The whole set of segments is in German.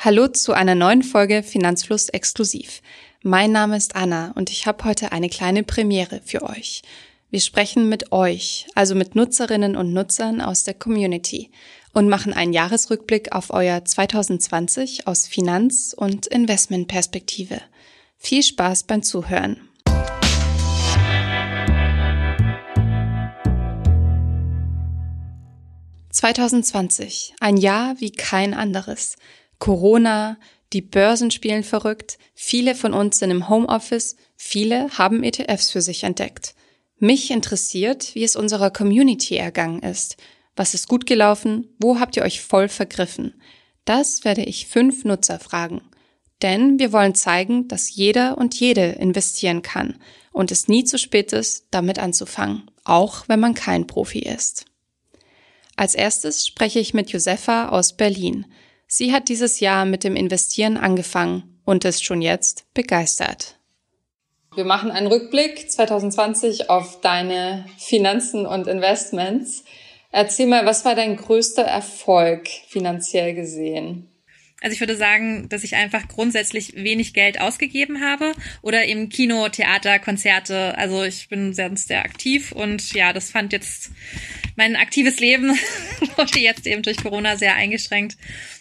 Hallo zu einer neuen Folge Finanzfluss exklusiv. Mein Name ist Anna und ich habe heute eine kleine Premiere für euch. Wir sprechen mit euch, also mit Nutzerinnen und Nutzern aus der Community und machen einen Jahresrückblick auf euer 2020 aus Finanz- und Investmentperspektive. Viel Spaß beim Zuhören. (2020) Ein Jahr wie kein anderes. Corona, die Börsen spielen verrückt, viele von uns sind im Homeoffice, viele haben ETFs für sich entdeckt. Mich interessiert, wie es unserer Community ergangen ist. Was ist gut gelaufen? Wo habt ihr euch voll vergriffen? Das werde ich 5 Nutzer fragen. Denn wir wollen zeigen, dass jeder und jede investieren kann und es nie zu spät ist, damit anzufangen, auch wenn man kein Profi ist. Als erstes spreche ich mit Josefa aus Berlin. Sie hat dieses Jahr mit dem Investieren angefangen und ist schon jetzt begeistert. Wir machen einen Rückblick 2020 auf deine Finanzen und Investments. Erzähl mal, was war dein größter Erfolg finanziell gesehen? Also ich würde sagen, dass ich einfach grundsätzlich wenig Geld ausgegeben habe oder eben Kino, Theater, Konzerte. Also ich bin sonst sehr aktiv und ja, das fand jetzt mein aktives Leben wurde jetzt eben durch Corona sehr eingeschränkt.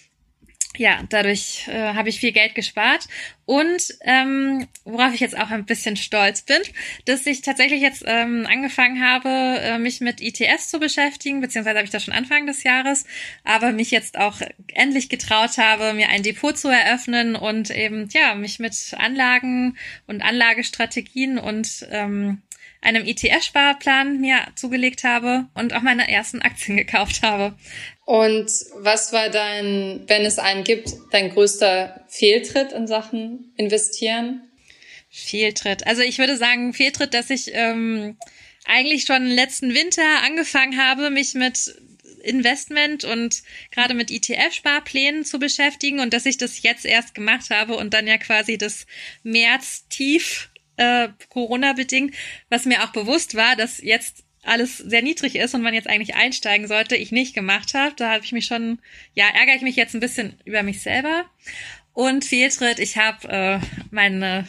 Ja, dadurch habe ich viel Geld gespart und worauf ich jetzt auch ein bisschen stolz bin, dass ich tatsächlich jetzt angefangen habe, mich mit ETFs zu beschäftigen, beziehungsweise habe ich das schon Anfang des Jahres, aber mich jetzt auch endlich getraut habe, mir ein Depot zu eröffnen und eben ja mich mit Anlagen und Anlagestrategien und einem ETF-Sparplan mir zugelegt habe und auch meine ersten Aktien gekauft habe. Und was war wenn es einen gibt, dein größter Fehltritt in Sachen Investieren? Fehltritt. Also ich würde sagen, Fehltritt, dass ich eigentlich schon letzten Winter angefangen habe, mich mit Investment und gerade mit ETF-Sparplänen zu beschäftigen und dass ich das jetzt erst gemacht habe und dann ja quasi das März-Tief Corona-bedingt, was mir auch bewusst war, dass jetzt alles sehr niedrig ist und man jetzt eigentlich einsteigen sollte, ich nicht gemacht habe. Da habe ich mich schon, ärgere ich mich jetzt ein bisschen über mich selber. Und Fehltritt, ich habe meine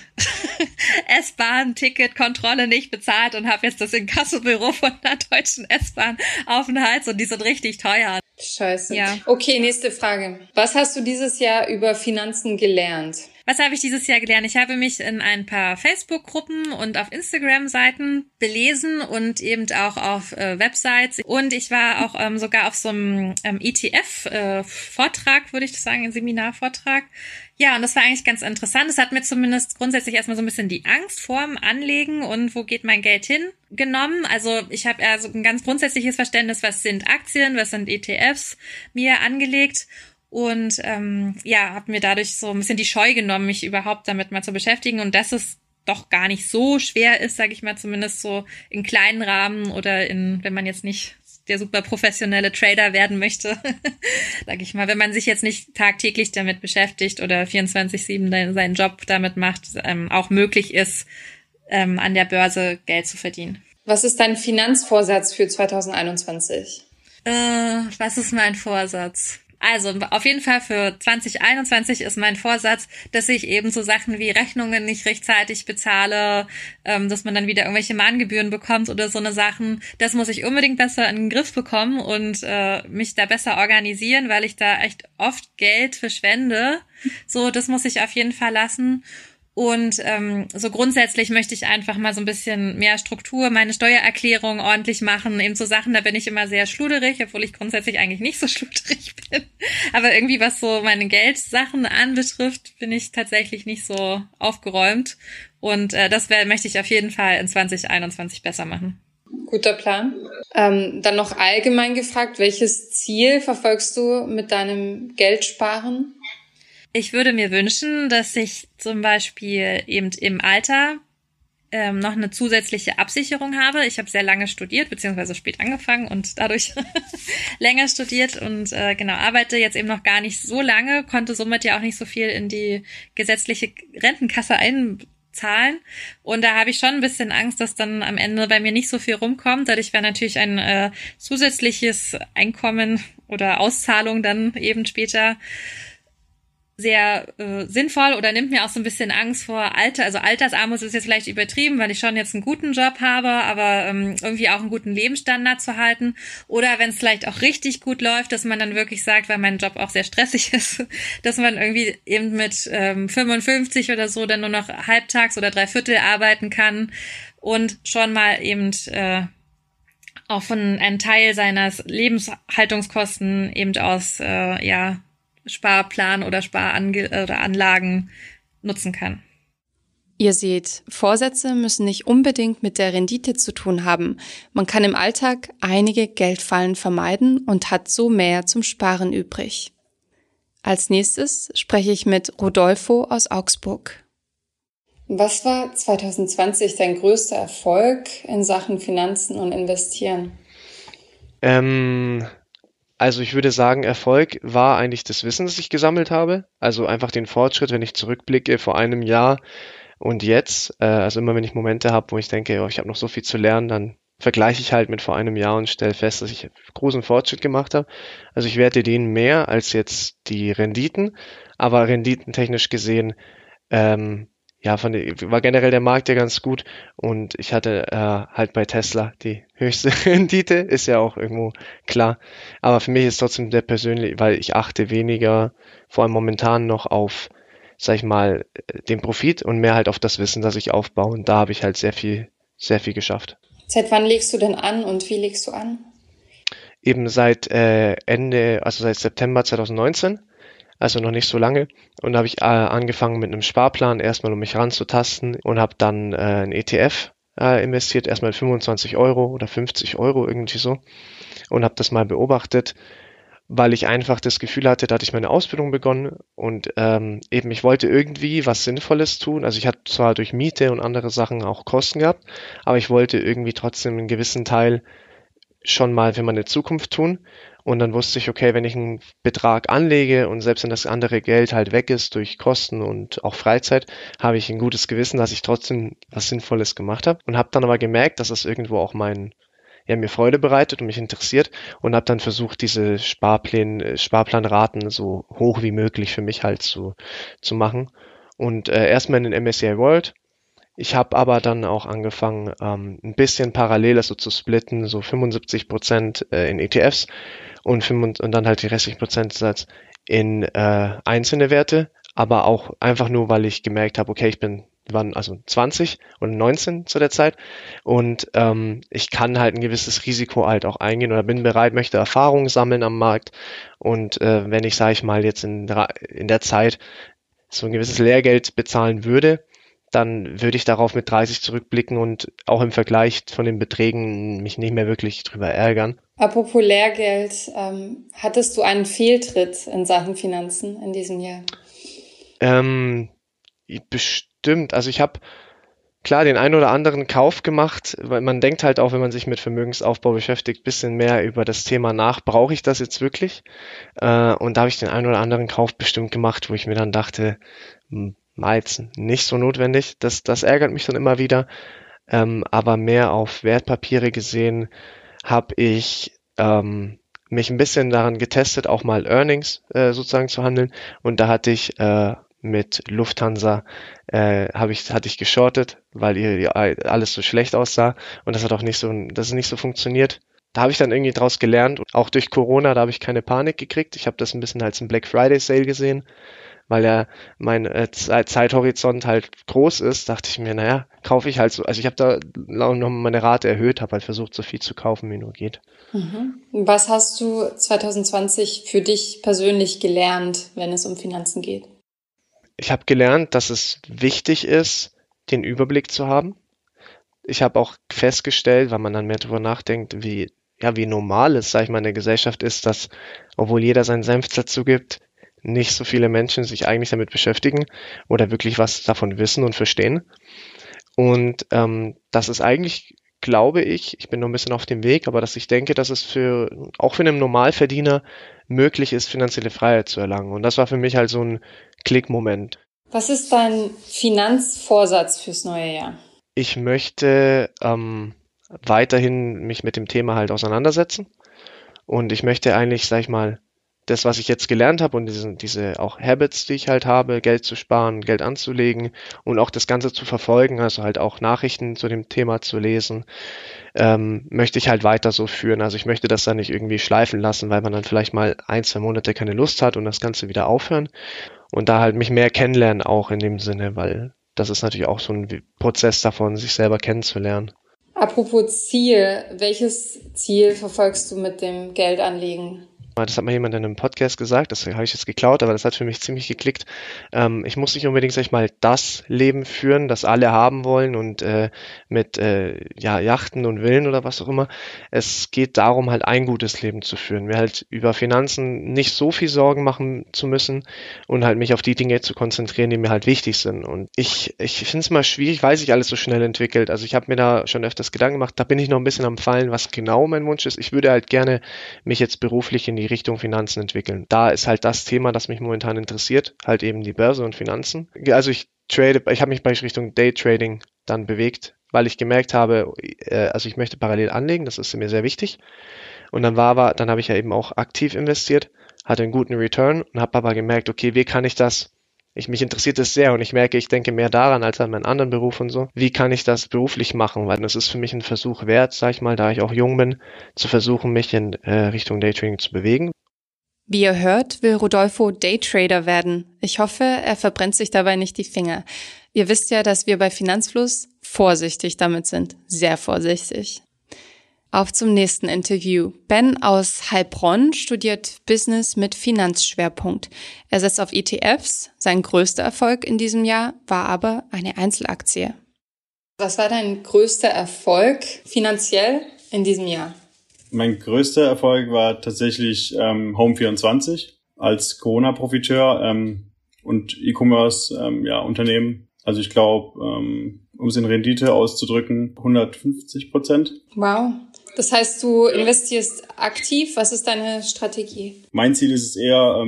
S-Bahn-Ticket-Kontrolle nicht bezahlt und habe jetzt das Inkassobüro von der Deutschen S-Bahn auf den Hals und die sind richtig teuer. Scheiße. Ja. Okay, nächste Frage. Was hast du dieses Jahr über Finanzen gelernt? Was habe ich dieses Jahr gelernt? Ich habe mich in ein paar Facebook-Gruppen und auf Instagram-Seiten belesen und eben auch auf Websites. Und ich war auch sogar auf so einem ETF-Vortrag, würde ich sagen, ein Seminarvortrag. Ja, und das war eigentlich ganz interessant. Es hat mir zumindest grundsätzlich erstmal so ein bisschen die Angst vorm Anlegen und wo geht mein Geld hin genommen. Also ich habe eher so ein ganz grundsätzliches Verständnis, was sind Aktien, was sind ETFs, mir angelegt. Und habe mir dadurch so ein bisschen die Scheu genommen, mich überhaupt damit mal zu beschäftigen. Und dass es doch gar nicht so schwer ist, sage ich mal, zumindest so in kleinen Rahmen oder wenn man jetzt nicht der super professionelle Trader werden möchte, sage ich mal, wenn man sich jetzt nicht tagtäglich damit beschäftigt oder 24/7 seinen Job damit macht, auch möglich ist, an der Börse Geld zu verdienen. Was ist dein Finanzvorsatz für 2021? Was ist mein Vorsatz? Also auf jeden Fall für 2021 ist mein Vorsatz, dass ich eben so Sachen wie Rechnungen nicht rechtzeitig bezahle, dass man dann wieder irgendwelche Mahngebühren bekommt oder so eine Sachen. Das muss ich unbedingt besser in den Griff bekommen und mich da besser organisieren, weil ich da echt oft Geld verschwende. So, das muss ich auf jeden Fall lassen. Und so grundsätzlich möchte ich einfach mal so ein bisschen mehr Struktur, meine Steuererklärung ordentlich machen, eben so Sachen, da bin ich immer sehr schluderig, obwohl ich grundsätzlich eigentlich nicht so schluderig bin. Aber irgendwie, was so meine Geldsachen anbetrifft, bin ich tatsächlich nicht so aufgeräumt. Und das möchte ich auf jeden Fall in 2021 besser machen. Guter Plan. Dann noch allgemein gefragt, welches Ziel verfolgst du mit deinem Geldsparen? Ich würde mir wünschen, dass ich zum Beispiel eben im Alter noch eine zusätzliche Absicherung habe. Ich habe sehr lange studiert, beziehungsweise spät angefangen und dadurch länger studiert und arbeite jetzt eben noch gar nicht so lange, konnte somit ja auch nicht so viel in die gesetzliche Rentenkasse einzahlen. Und da habe ich schon ein bisschen Angst, dass dann am Ende bei mir nicht so viel rumkommt. Dadurch wäre natürlich ein zusätzliches Einkommen oder Auszahlung dann eben später sehr sinnvoll oder nimmt mir auch so ein bisschen Angst vor Alter. Also Altersarmut ist jetzt vielleicht übertrieben, weil ich schon jetzt einen guten Job habe, aber irgendwie auch einen guten Lebensstandard zu halten. Oder wenn es vielleicht auch richtig gut läuft, dass man dann wirklich sagt, weil mein Job auch sehr stressig ist, dass man irgendwie eben mit 55 oder so dann nur noch halbtags oder dreiviertel arbeiten kann und schon mal eben auch von einem Teil seines Lebenshaltungskosten eben aus Sparplan oder Sparanlagen nutzen kann. Ihr seht, Vorsätze müssen nicht unbedingt mit der Rendite zu tun haben. Man kann im Alltag einige Geldfallen vermeiden und hat so mehr zum Sparen übrig. Als nächstes spreche ich mit Rodolfo aus Augsburg. Was war 2020 dein größter Erfolg in Sachen Finanzen und Investieren? Also ich würde sagen, Erfolg war eigentlich das Wissen, das ich gesammelt habe. Also einfach den Fortschritt, wenn ich zurückblicke vor einem Jahr und jetzt. Also immer wenn ich Momente habe, wo ich denke, oh, ich habe noch so viel zu lernen, dann vergleiche ich halt mit vor einem Jahr und stelle fest, dass ich großen Fortschritt gemacht habe. Also ich werte den mehr als jetzt die Renditen, aber renditentechnisch gesehen war generell der Markt ja ganz gut und ich hatte halt bei Tesla die höchste Rendite, ist ja auch irgendwo klar. Aber für mich ist trotzdem der persönliche, weil ich achte weniger, vor allem momentan noch auf, sag ich mal, den Profit und mehr halt auf das Wissen, das ich aufbaue. Und da habe ich halt sehr viel geschafft. Seit wann legst du denn an und wie legst du an? Eben seit seit September 2019. Also noch nicht so lange. Und da habe ich angefangen mit einem Sparplan, erstmal um mich ranzutasten und habe dann ein ETF investiert, erstmal 25 Euro oder 50 Euro irgendwie so und habe das mal beobachtet, weil ich einfach das Gefühl hatte, da hatte ich meine Ausbildung begonnen und eben ich wollte irgendwie was Sinnvolles tun. Also ich hatte zwar durch Miete und andere Sachen auch Kosten gehabt, aber ich wollte irgendwie trotzdem einen gewissen Teil schon mal für meine Zukunft tun. Und dann wusste ich, okay, wenn ich einen Betrag anlege und selbst wenn das andere Geld halt weg ist durch Kosten und auch Freizeit, habe ich ein gutes Gewissen, dass ich trotzdem was Sinnvolles gemacht habe. Und habe dann aber gemerkt, dass das irgendwo auch mir Freude bereitet und mich interessiert und habe dann versucht, diese Sparplanraten so hoch wie möglich für mich halt zu machen. Und erstmal in den MSCI World. Ich habe aber dann auch angefangen, ein bisschen parallel so zu splitten, so 75% in ETFs und dann halt die restlichen Prozentsatz in einzelne Werte, aber auch einfach nur, weil ich gemerkt habe, okay, wir waren also 20 und 19 zu der Zeit und ich kann halt ein gewisses Risiko halt auch eingehen oder bin bereit, möchte Erfahrungen sammeln am Markt und wenn ich, sage ich mal, jetzt in der Zeit so ein gewisses Lehrgeld bezahlen würde, dann würde ich darauf mit 30 zurückblicken und auch im Vergleich von den Beträgen mich nicht mehr wirklich drüber ärgern. Apropos Lehrgeld, hattest du einen Fehltritt in Sachen Finanzen in diesem Jahr? Bestimmt. Also ich habe klar den einen oder anderen Kauf gemacht, weil man denkt halt auch, wenn man sich mit Vermögensaufbau beschäftigt, ein bisschen mehr über das Thema nach, brauche ich das jetzt wirklich? Und da habe ich den einen oder anderen Kauf bestimmt gemacht, wo ich mir dann dachte, war jetzt nicht so notwendig. Das ärgert mich dann immer wieder. Aber mehr auf Wertpapiere gesehen habe ich mich ein bisschen daran getestet, auch mal Earnings sozusagen zu handeln. Und da hatte ich mit Lufthansa hatte ich geschortet, weil alles so schlecht aussah und das ist nicht so funktioniert. Da habe ich dann irgendwie draus gelernt. Auch durch Corona, da habe ich keine Panik gekriegt. Ich habe das ein bisschen als ein Black Friday Sale gesehen, weil mein Zeithorizont halt groß ist, dachte ich mir, naja, kaufe ich halt so. Also ich habe da noch meine Rate erhöht, habe halt versucht, so viel zu kaufen, wie nur geht. Mhm. Was hast du 2020 für dich persönlich gelernt, wenn es um Finanzen geht? Ich habe gelernt, dass es wichtig ist, den Überblick zu haben. Ich habe auch festgestellt, weil man dann mehr darüber nachdenkt, wie normal es, sag ich mal, in der Gesellschaft ist, dass, obwohl jeder seinen Senf dazu gibt, nicht so viele Menschen sich eigentlich damit beschäftigen oder wirklich was davon wissen und verstehen. Und das ist eigentlich, glaube ich bin noch ein bisschen auf dem Weg, aber dass ich denke, dass es auch für einen Normalverdiener möglich ist, finanzielle Freiheit zu erlangen. Und das war für mich halt so ein Klickmoment. Was ist dein Finanzvorsatz fürs neue Jahr? Ich möchte weiterhin mich mit dem Thema halt auseinandersetzen und ich möchte eigentlich, sag ich mal, das, was ich jetzt gelernt habe und diese auch Habits, die ich halt habe, Geld zu sparen, Geld anzulegen und auch das Ganze zu verfolgen, also halt auch Nachrichten zu dem Thema zu lesen, möchte ich halt weiter so führen. Also ich möchte das dann nicht irgendwie schleifen lassen, weil man dann vielleicht mal 1, 2 Monate keine Lust hat und das Ganze wieder aufhören und da halt mich mehr kennenlernen auch in dem Sinne, weil das ist natürlich auch so ein Prozess davon, sich selber kennenzulernen. Apropos Ziel, welches Ziel verfolgst du mit dem Geldanlegen? Das hat mal jemand in einem Podcast gesagt, das habe ich jetzt geklaut, aber das hat für mich ziemlich geklickt. Ich muss nicht unbedingt, sag ich mal, das Leben führen, das alle haben wollen und mit Yachten und Villen oder was auch immer. Es geht darum, halt ein gutes Leben zu führen, mir halt über Finanzen nicht so viel Sorgen machen zu müssen und halt mich auf die Dinge zu konzentrieren, die mir halt wichtig sind. Und ich finde es mal schwierig, weil sich alles so schnell entwickelt. Also ich habe mir da schon öfters Gedanken gemacht, da bin ich noch ein bisschen am Fallen, was genau mein Wunsch ist. Ich würde halt gerne mich jetzt beruflich in die Richtung Finanzen entwickeln. Da ist halt das Thema, das mich momentan interessiert, halt eben die Börse und Finanzen. Also ich habe mich bei Richtung Daytrading dann bewegt, weil ich gemerkt habe, also ich möchte parallel anlegen, das ist mir sehr wichtig. Und dann habe ich ja eben auch aktiv investiert, hatte einen guten Return und habe aber gemerkt, okay, wie kann ich das mich interessiert es sehr und ich merke, ich denke mehr daran als an meinen anderen Beruf und so. Wie kann ich das beruflich machen? Weil das ist für mich ein Versuch wert, sag ich mal, da ich auch jung bin, zu versuchen, mich in Richtung Daytrading zu bewegen. Wie ihr hört, will Rodolfo Daytrader werden. Ich hoffe, er verbrennt sich dabei nicht die Finger. Ihr wisst ja, dass wir bei Finanzfluss vorsichtig damit sind. Sehr vorsichtig. Auf zum nächsten Interview. Ben aus Heilbronn studiert Business mit Finanzschwerpunkt. Er setzt auf ETFs. Sein größter Erfolg in diesem Jahr war aber eine Einzelaktie. Was war dein größter Erfolg finanziell in diesem Jahr? Mein größter Erfolg war tatsächlich Home24 als Corona-Profiteur und E-Commerce-Unternehmen. Also ich glaube, um es in Rendite auszudrücken, 150%. Wow. Das heißt, du investierst aktiv. Was ist deine Strategie? Mein Ziel ist es eher,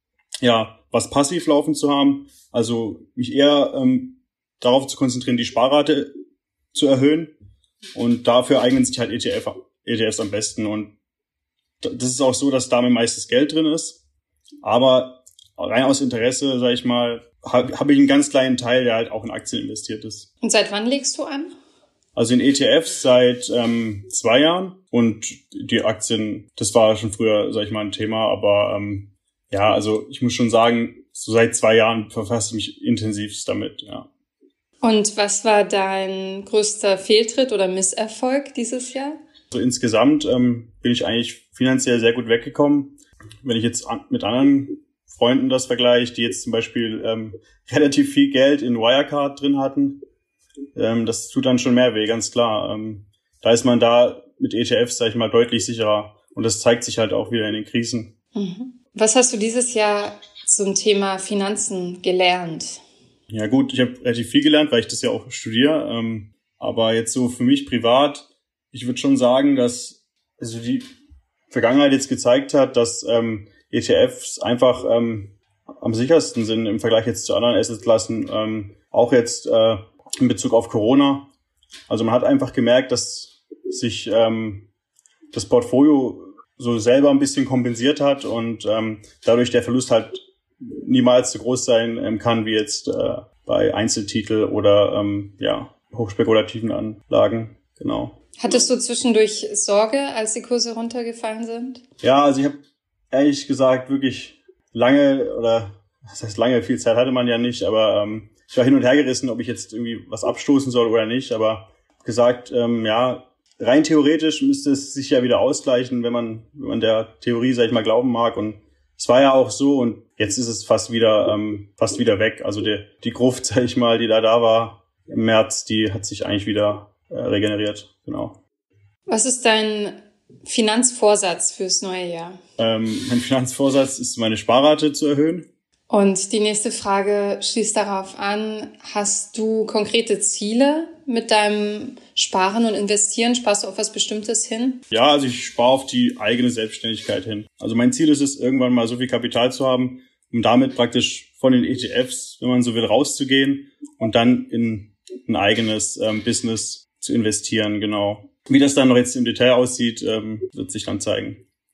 was passiv laufen zu haben. Also mich eher darauf zu konzentrieren, die Sparrate zu erhöhen. Und dafür eignen sich halt ETFs am besten. Und das ist auch so, dass da mein meistes Geld drin ist. Aber rein aus Interesse, sage ich mal, habe ich einen ganz kleinen Teil, der halt auch in Aktien investiert ist. Und seit wann legst du an? Also in ETFs seit 2 Jahren und die Aktien, das war schon früher, sag ich mal, ein Thema, aber also ich muss schon sagen, so seit 2 Jahren befasse ich mich intensivst damit, ja. Und was war dein größter Fehltritt oder Misserfolg dieses Jahr? Also insgesamt bin ich eigentlich finanziell sehr gut weggekommen. Wenn ich jetzt mit anderen Freunden das vergleiche, die jetzt zum Beispiel relativ viel Geld in Wirecard drin hatten, das tut dann schon mehr weh, ganz klar. Da ist man da mit ETFs, sag ich mal, deutlich sicherer. Und das zeigt sich halt auch wieder in den Krisen. Mhm. Was hast du dieses Jahr zum Thema Finanzen gelernt? Ja gut, ich habe relativ viel gelernt, weil ich das ja auch studiere. Aber jetzt so für mich privat, ich würde schon sagen, dass also die Vergangenheit jetzt gezeigt hat, dass ETFs einfach am sichersten sind im Vergleich jetzt zu anderen Assetklassen. Auch jetzt in Bezug auf Corona. Also man hat einfach gemerkt, dass sich das Portfolio so selber ein bisschen kompensiert hat und dadurch der Verlust halt niemals so groß sein kann wie jetzt bei Einzeltitel oder hochspekulativen Anlagen. Genau. Hattest du zwischendurch Sorge, als die Kurse runtergefallen sind? Ja, also ich habe ehrlich gesagt wirklich viel Zeit hatte man ja nicht, aber ich war hin und her gerissen, ob ich jetzt irgendwie was abstoßen soll oder nicht, aber gesagt, rein theoretisch müsste es sich ja wieder ausgleichen, wenn man der Theorie, sag ich mal, glauben mag, und es war ja auch so und jetzt ist es fast wieder weg. Also die Gruft, sag ich mal, die da war im März, die hat sich eigentlich wieder regeneriert, genau. Was ist dein Finanzvorsatz fürs neue Jahr? Mein Finanzvorsatz ist, meine Sparrate zu erhöhen. Und die nächste Frage schließt darauf an, hast du konkrete Ziele mit deinem Sparen und Investieren? Sparst du auf was Bestimmtes hin? Ja, also ich spare auf die eigene Selbstständigkeit hin. Also mein Ziel ist es, irgendwann mal so viel Kapital zu haben, um damit praktisch von den ETFs, wenn man so will, rauszugehen und dann in ein eigenes Business zu investieren, genau. Wie das dann noch jetzt im Detail aussieht, wird sich dann zeigen.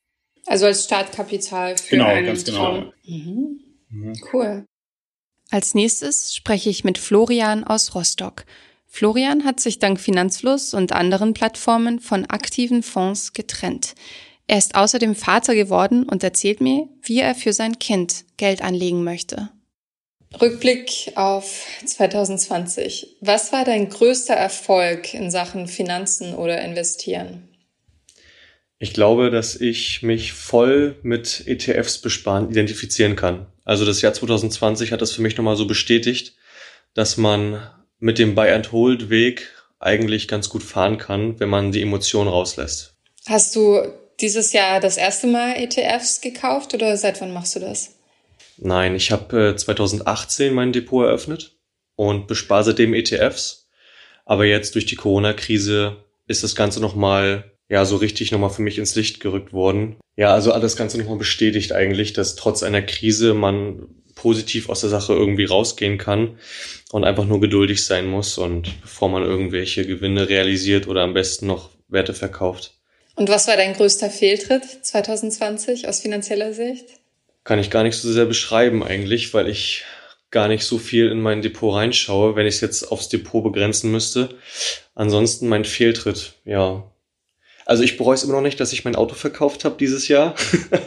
Also als Startkapital für Genau, einen ganz genau. Traum. Cool. Als nächstes spreche ich mit Florian aus Rostock. Florian hat sich dank Finanzfluss und anderen Plattformen von aktiven Fonds getrennt. Er ist außerdem Vater geworden und erzählt mir, wie er für sein Kind Geld anlegen möchte. Rückblick auf 2020. Was war dein größter Erfolg in Sachen Finanzen oder Investieren? Ich glaube, dass ich mich voll mit ETFs besparen identifizieren kann. Also das Jahr 2020 hat das für mich nochmal so bestätigt, dass man mit dem Buy-and-Hold-Weg eigentlich ganz gut fahren kann, wenn man die Emotionen rauslässt. Hast du dieses Jahr das erste Mal ETFs gekauft oder seit wann machst du das? Nein, ich habe 2018 mein Depot eröffnet und bespare seitdem ETFs. Aber jetzt durch die Corona-Krise ist das Ganze nochmal so richtig nochmal für mich ins Licht gerückt worden. Ja, also alles Ganze nochmal bestätigt eigentlich, dass trotz einer Krise man positiv aus der Sache irgendwie rausgehen kann und einfach nur geduldig sein muss und bevor man irgendwelche Gewinne realisiert oder am besten noch Werte verkauft. Und was war dein größter Fehltritt 2020 aus finanzieller Sicht? Kann ich gar nicht so sehr beschreiben eigentlich, weil ich gar nicht so viel in mein Depot reinschaue, wenn ich es jetzt aufs Depot begrenzen müsste. Ansonsten mein Fehltritt, ja. Also ich bereue es immer noch nicht, dass ich mein Auto verkauft habe dieses Jahr.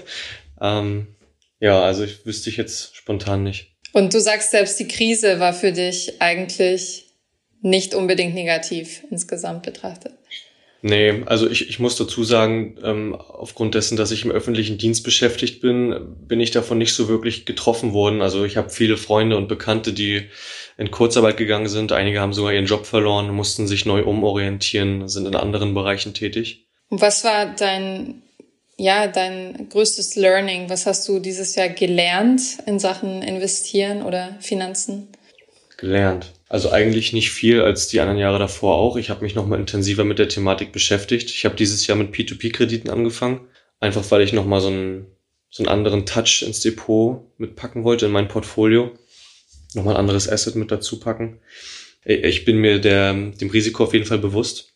Also ich wüsste ich jetzt spontan nicht. Und du sagst selbst, die Krise war für dich eigentlich nicht unbedingt negativ insgesamt betrachtet. Nee, also ich muss dazu sagen, aufgrund dessen, dass ich im öffentlichen Dienst beschäftigt bin ich davon nicht so wirklich getroffen worden. Also ich habe viele Freunde und Bekannte, die in Kurzarbeit gegangen sind. Einige haben sogar ihren Job verloren, mussten sich neu umorientieren, sind in anderen Bereichen tätig. Und was war dein größtes Learning? Was hast du dieses Jahr gelernt in Sachen Investieren oder Finanzen? Gelernt. Also eigentlich nicht viel als die anderen Jahre davor auch. Ich habe mich nochmal intensiver mit der Thematik beschäftigt. Ich habe dieses Jahr mit P2P-Krediten angefangen, einfach weil ich nochmal so einen anderen Touch ins Depot mitpacken wollte, in mein Portfolio. Nochmal ein anderes Asset mit dazu packen. Ich bin mir dem Risiko auf jeden Fall bewusst,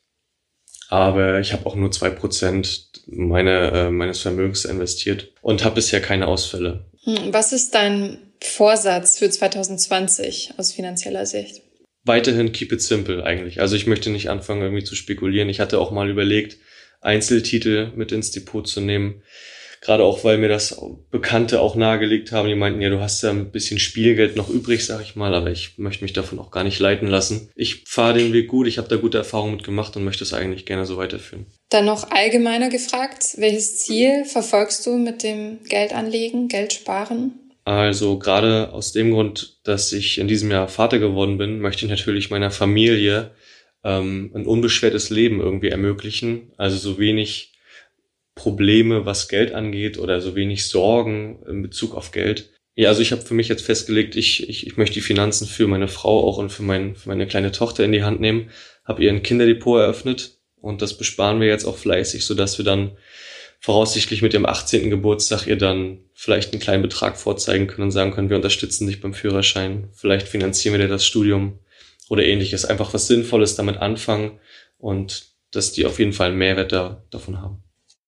aber ich habe auch nur 2% meines Vermögens investiert und habe bisher keine Ausfälle. Was ist dein Vorsatz für 2020 aus finanzieller Sicht? Weiterhin keep it simple eigentlich. Also ich möchte nicht anfangen irgendwie zu spekulieren. Ich hatte auch mal überlegt, Einzeltitel mit ins Depot zu nehmen. Gerade auch, weil mir das Bekannte auch nahegelegt haben. Die meinten, ja, du hast ja ein bisschen Spielgeld noch übrig, sag ich mal, aber ich möchte mich davon auch gar nicht leiten lassen. Ich fahre den Weg gut, ich habe da gute Erfahrungen mit gemacht und möchte es eigentlich gerne so weiterführen. Dann noch allgemeiner gefragt, welches Ziel verfolgst du mit dem Geldanlegen, Geld sparen? Also gerade aus dem Grund, dass ich in diesem Jahr Vater geworden bin, möchte ich natürlich meiner Familie ein unbeschwertes Leben irgendwie ermöglichen. Also so wenig Probleme, was Geld angeht oder so wenig Sorgen in Bezug auf Geld. Ja, also ich habe für mich jetzt festgelegt, ich möchte die Finanzen für meine Frau auch und für meine kleine Tochter in die Hand nehmen, habe ihr ein Kinderdepot eröffnet und das besparen wir jetzt auch fleißig, sodass wir dann voraussichtlich mit dem 18. Geburtstag ihr dann vielleicht einen kleinen Betrag vorzeigen können und sagen können, wir unterstützen dich beim Führerschein, vielleicht finanzieren wir dir das Studium oder ähnliches. Einfach was Sinnvolles damit anfangen und dass die auf jeden Fall einen Mehrwert davon haben.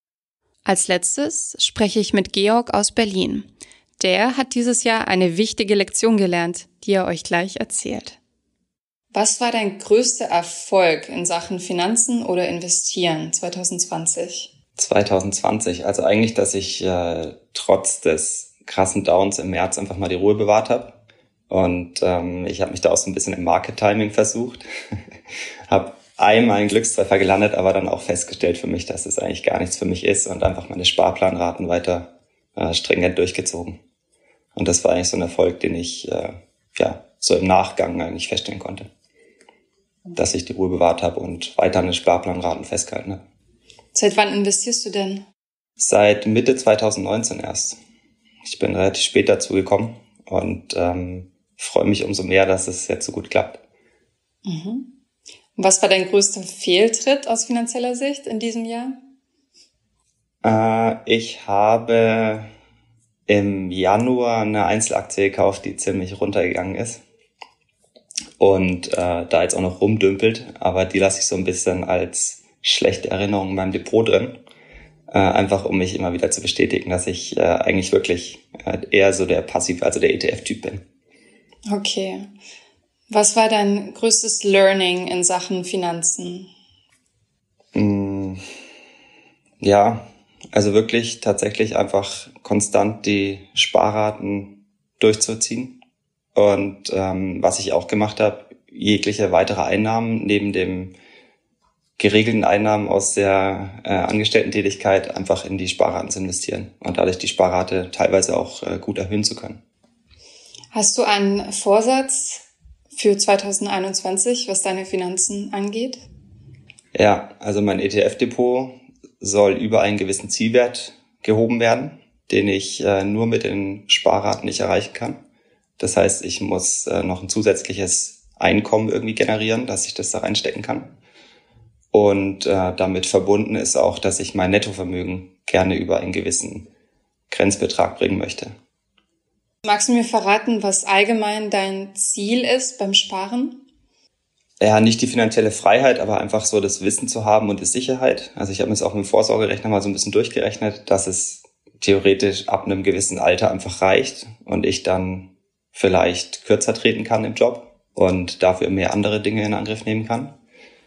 Als letztes spreche ich mit Georg aus Berlin. Der hat dieses Jahr eine wichtige Lektion gelernt, die er euch gleich erzählt. Was war dein größter Erfolg in Sachen Finanzen oder Investieren 2020? 2020, also eigentlich, dass ich trotz des krassen Downs im März einfach mal die Ruhe bewahrt habe. Und ich habe mich da auch so ein bisschen im Market Timing versucht. Habe einmal einen Glückstreffer gelandet, aber dann auch festgestellt für mich, dass es eigentlich gar nichts für mich ist und einfach meine Sparplanraten weiter stringent durchgezogen. Und das war eigentlich so ein Erfolg, den ich so im Nachgang eigentlich feststellen konnte. Dass ich die Ruhe bewahrt habe und weiter an den Sparplanraten festgehalten habe. Seit wann investierst du denn? Seit Mitte 2019 erst. Ich bin relativ spät dazu gekommen und freue mich umso mehr, dass es jetzt so gut klappt. Mhm. Was war dein größter Fehltritt aus finanzieller Sicht in diesem Jahr? Ich habe im Januar eine Einzelaktie gekauft, die ziemlich runtergegangen ist und da jetzt auch noch rumdümpelt, aber die lasse ich so ein bisschen als schlechte Erinnerung in meinem Depot drin. einfach um mich immer wieder zu bestätigen, dass ich eigentlich wirklich eher so der Passiv, also der ETF-Typ bin. Okay. Was war dein größtes Learning in Sachen Finanzen? Ja, also wirklich tatsächlich einfach konstant die Sparraten durchzuziehen. Und was ich auch gemacht habe, jegliche weitere Einnahmen neben dem geregelten Einnahmen aus der Angestellten-Tätigkeit einfach in die Sparraten zu investieren und dadurch die Sparrate teilweise auch gut erhöhen zu können. Hast du einen Vorsatz für 2021, was deine Finanzen angeht? Ja, also mein ETF-Depot soll über einen gewissen Zielwert gehoben werden, den ich nur mit den Sparraten nicht erreichen kann. Das heißt, ich muss noch ein zusätzliches Einkommen irgendwie generieren, dass ich das da reinstecken kann. Und damit verbunden ist auch, dass ich mein Nettovermögen gerne über einen gewissen Grenzbetrag bringen möchte. Magst du mir verraten, was allgemein dein Ziel ist beim Sparen? Ja, nicht die finanzielle Freiheit, aber einfach so das Wissen zu haben und die Sicherheit. Also ich habe mir das auch mit dem Vorsorgerechner mal so ein bisschen durchgerechnet, dass es theoretisch ab einem gewissen Alter einfach reicht und ich dann vielleicht kürzer treten kann im Job und dafür mehr andere Dinge in Angriff nehmen kann.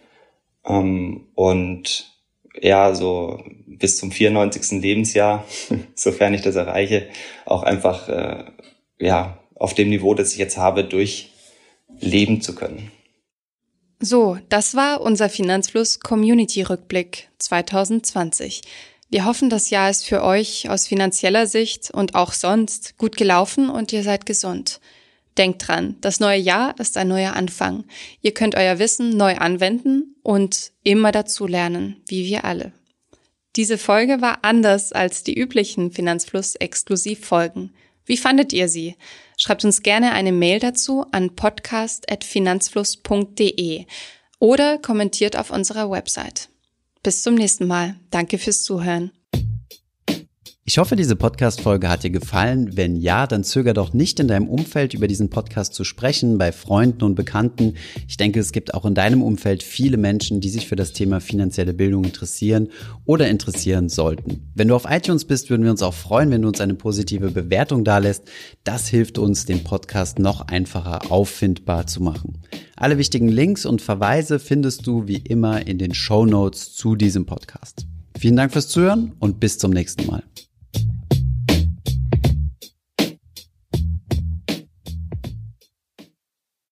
Und ja, so bis zum 94. Lebensjahr, sofern ich das erreiche, auch einfach auf dem Niveau, das ich jetzt habe, durchleben zu können. So, das war unser Finanzfluss Community Rückblick 2020. Wir hoffen, das Jahr ist für euch aus finanzieller Sicht und auch sonst gut gelaufen und ihr seid gesund. Denkt dran, das neue Jahr ist ein neuer Anfang. Ihr könnt euer Wissen neu anwenden und immer dazu lernen, wie wir alle. Diese Folge war anders als die üblichen Finanzfluss-Exklusivfolgen. Wie fandet ihr sie? Schreibt uns gerne eine Mail dazu an podcast@finanzfluss.de oder kommentiert auf unserer Website. Bis zum nächsten Mal. Danke fürs Zuhören. Ich hoffe, diese Podcast-Folge hat dir gefallen. Wenn ja, dann zöger doch nicht, in deinem Umfeld über diesen Podcast zu sprechen, bei Freunden und Bekannten. Ich denke, es gibt auch in deinem Umfeld viele Menschen, die sich für das Thema finanzielle Bildung interessieren oder interessieren sollten. Wenn du auf iTunes bist, würden wir uns auch freuen, wenn du uns eine positive Bewertung dalässt. Das hilft uns, den Podcast noch einfacher auffindbar zu machen. Alle wichtigen Links und Verweise findest du wie immer in den Shownotes zu diesem Podcast. Vielen Dank fürs Zuhören und bis zum nächsten Mal.